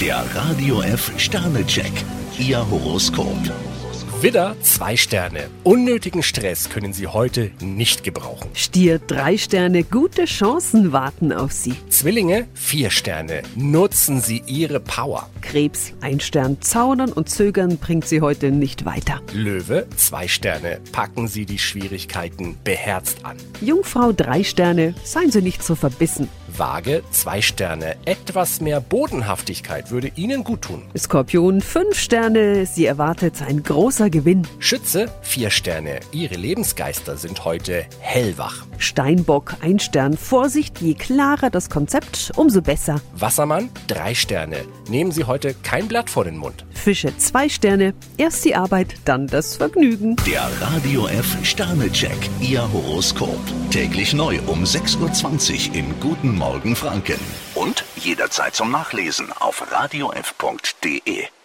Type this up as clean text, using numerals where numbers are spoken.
Der Radio F Sternecheck. Ihr Horoskop. Widder, 2 Sterne. Unnötigen Stress können Sie heute nicht gebrauchen. Stier, 3 Sterne, gute Chancen warten auf Sie. Zwillinge, 4 Sterne. Nutzen Sie Ihre Power. Krebs, 1 Stern, zaudern und zögern bringt Sie heute nicht weiter. Löwe, 2 Sterne. Packen Sie die Schwierigkeiten beherzt an. Jungfrau, 3 Sterne, seien Sie nicht so verbissen. Waage, 2 Sterne. Etwas mehr Bodenhaftigkeit würde Ihnen gut tun. Skorpion, 5 Sterne, Sie erwartet ein großer Gewinn. Schütze, 4 Sterne. Ihre Lebensgeister sind heute hellwach. Steinbock, 1 Stern, Vorsicht, je klarer das Konzept, umso besser. Wassermann, 3 Sterne. Nehmen Sie heute kein Blatt vor den Mund. Fische, 2 Sterne, erst die Arbeit, dann das Vergnügen. Der Radio F Sternecheck. Ihr Horoskop. Täglich neu um 6:20 Uhr im Guten Morgen Franken. Und jederzeit zum Nachlesen auf radiof.de.